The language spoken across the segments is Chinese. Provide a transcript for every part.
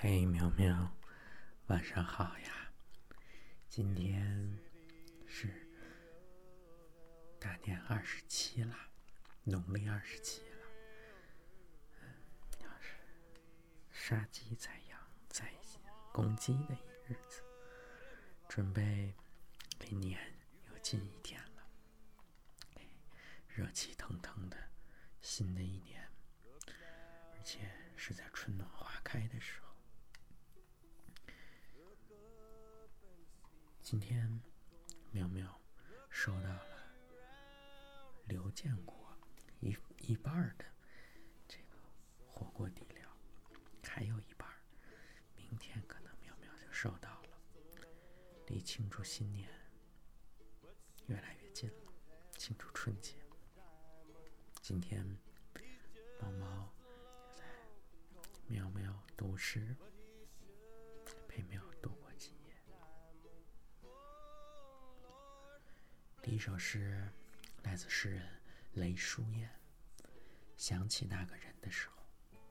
嘿，苗苗，晚上好呀！今天是大年27了，农历27了。要是杀鸡宰羊宰公鸡的一日子，准备离年又近一天了。热气腾腾的新的一年，而且是在春暖花开的时候。今天苗苗收到了刘建国一半的这个火锅底料，还有一半明天可能苗苗就收到了。离庆祝新年越来越近了，庆祝春节。今天毛毛在苗苗读诗，陪苗度过今夜。第一首诗来自诗人雷淑燕，想起那个人的时候。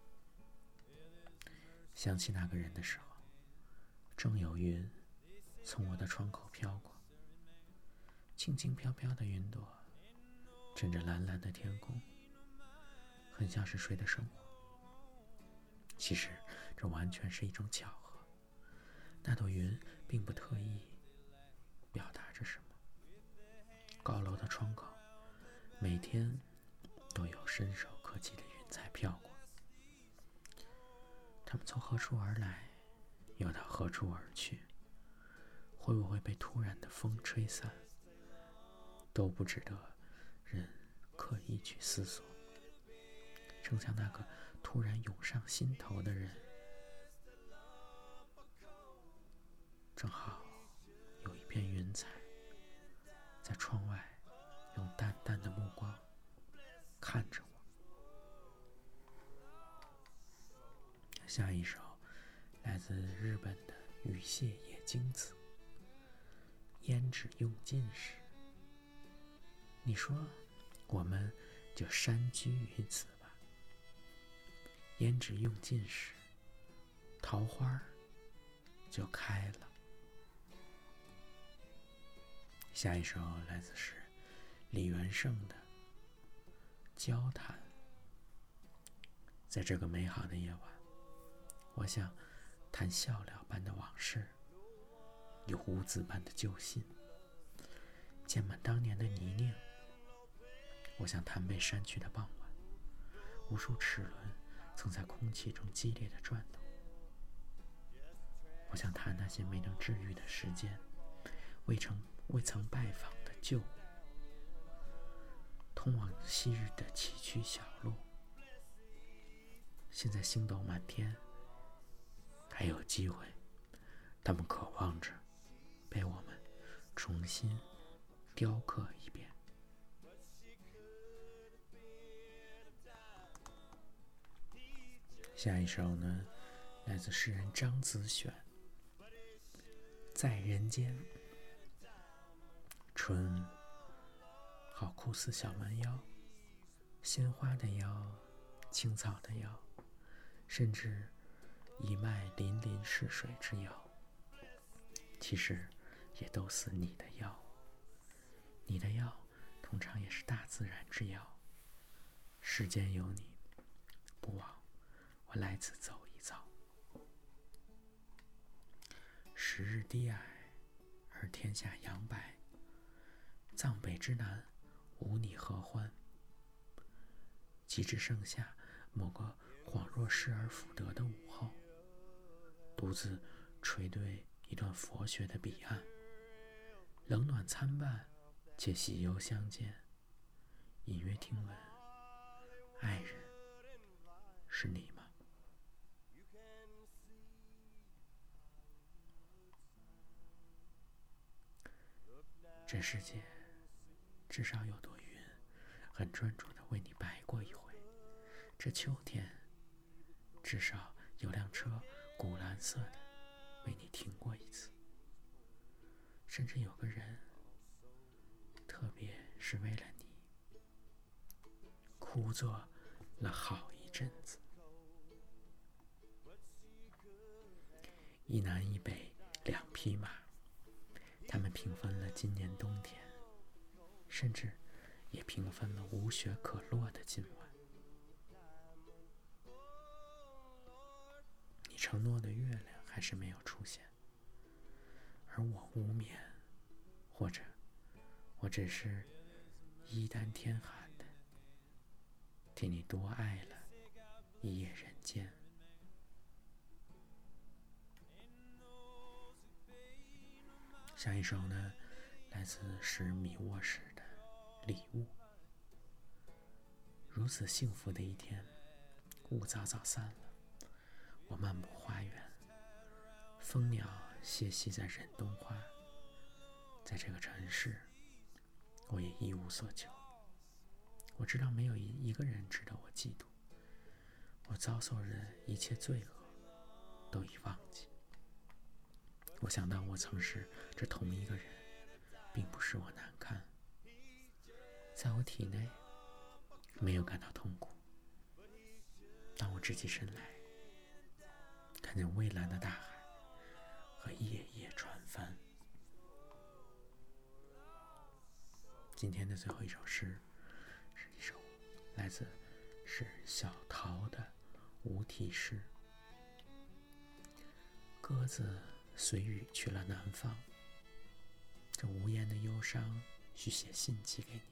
想起那个人的时候，正有云从我的窗口飘过，轻轻飘飘的云朵枕着蓝蓝的天空，很像是谁的生活。其实这完全是一种巧合，那朵云并不特意表达着什么。高楼的窗口每天都有伸手可及的云彩飘过，它们从何处而来，又到何处而去，会不会被突然的风吹散，都不值得人刻意去思索。正像那个突然涌上心头的人，正好有一片云彩在窗外用淡淡的目光看着我。下一首来自日本的羽蟹野精子，胭脂用尽时，你说我们就山居于此吧。胭脂用尽时，桃花就开了。下一首来自是李元胜的交谈。在这个美好的夜晚，我想谈笑料般的往事，有无字般的旧信，溅满当年的泥泞。我想谈被删去的傍晚，无数齿轮曾在空气中激烈的转动。我想谈那些没能治愈的时间，未曾拜访的旧物，通往昔日的崎岖小路。现在星斗满天，还有机会，他们渴望着被我们重新雕刻一遍。下一首呢，来自诗人张子选，在人间。春好酷似小蛮腰，鲜花的腰，青草的腰，甚至一脉粼粼逝水之腰，其实也都似你的腰。你的腰通常也是大自然之腰。世间有你，不枉我来此走一遭。时日低矮，而天下扬白，藏北之南，无你何欢。即至盛夏某个恍若失而复得的午后，独自垂对一段佛学的彼岸，冷暖参半，且喜忧相间，隐约听闻，爱人是你吗？这世界至少有朵云很专注地为你白过一回，这秋天至少有辆车古蓝色的为你停过一次，甚至有个人特别是为了你枯坐了好一阵子。 一南一北2匹马，他们平分了今年冬天，甚至也平分了无雪可落的今晚。你承诺的月亮还是没有出现，而我无眠，或者我只是衣单天寒的替你多爱了一夜人间。下一首呢，来自是米沃什的礼物。如此幸福的一天，雾早早散了，我漫步花园，蜂鸟歇息在忍冬花。在这个城市，我也一无所求。我知道没有一个人值得我嫉妒，我遭受的一切罪恶都已忘记。我想到我曾是这同一个人，并不使我难堪。在我体内没有感到痛苦。当我直起身来，看见蔚蓝的大海和夜夜船帆。今天的最后一首诗是一首来自是小陶的无题诗。鸽子随雨去了南方，这无言的忧伤需写信寄给你。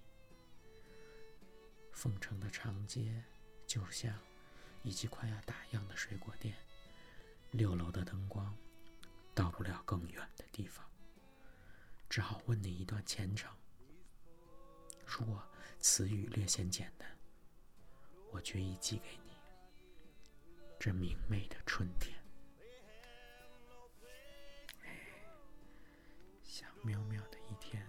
凤城的长街就像一家快要打烊的水果店，6楼的灯光到不了更远的地方，只好问你一段前程。如果词语略显简单，我决意寄给你这明媚的春天。想喵喵的一天，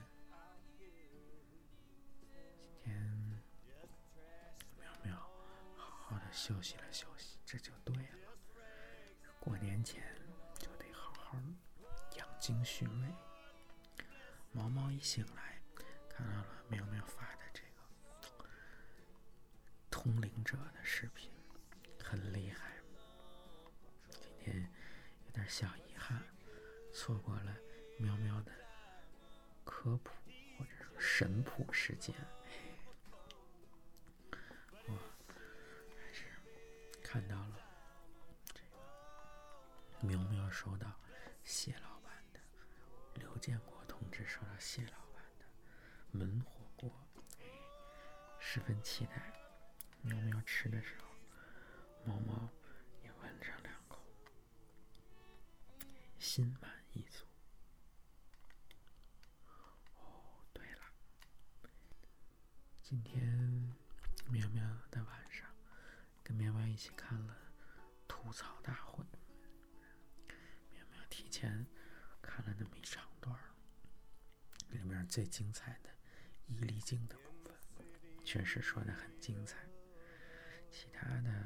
今天喵喵好好的休息了休息，这就对了。过年前就得好好养精蓄锐。毛毛一醒来，看到了喵喵发的这个通灵者的视频，很厉害。今天有点小遗憾，错过了喵喵的科普或者说神谱时间。我还是看到了这个喵喵收到谢老板的，刘建国同志收到谢老板的焖火锅，十分期待。喵喵吃的时候，猫猫也闻上2口，心满意足。对了，今天喵喵的晚上跟喵喵一起看了吐槽大会，喵喵提前看了那么一长段，里面最精彩的伊丽静的部分确实说得很精彩，其他的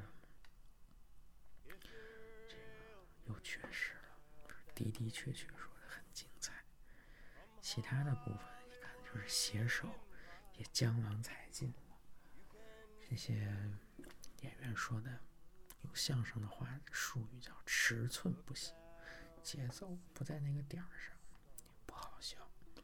这个又缺失了，的的确确说得很精彩。其他的部分一看就是写手也江郎才尽了。这些演员说的用相声的话术语叫尺寸不行，节奏不在那个点上，不好笑。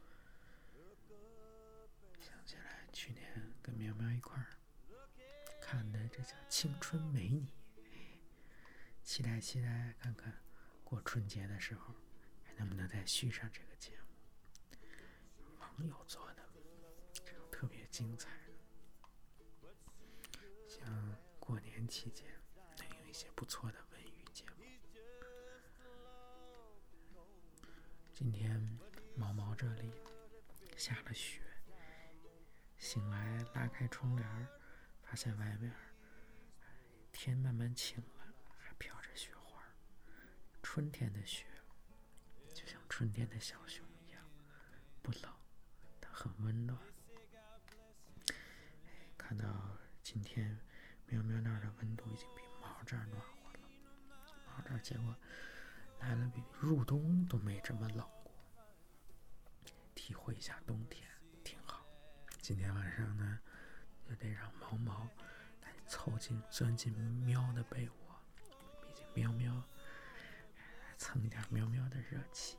想起来去年跟喵喵一块儿看的这叫《青春美女》，期待看看过春节的时候还能不能再续上这个节目。网友做的这种特别精彩的，像过年期间能有一些不错的文娱节目。今天毛毛这里下了雪，醒来拉开窗帘，发现外面天慢慢晴了，还飘着雪花。春天的雪就像春天的小熊一样，不冷但很温暖。看到今天喵喵那儿的温度已经比猫这儿暖和了，猫这儿结果来了比入冬都没这么冷过，体会一下冬天挺好。今天晚上呢，就得让毛毛来钻进喵的被窝，毕竟喵喵蹭点喵喵的热气，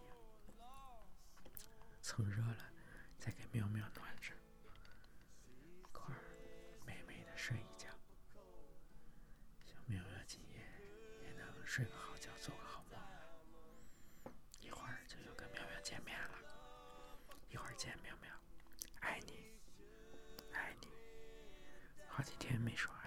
蹭热了再给喵喵暖着，快美美的睡一觉。小喵喵今夜也能睡个好觉，做个好梦了。一会儿就又跟喵喵见面了，一会儿见喵喵，爱你，爱你。好几天没说。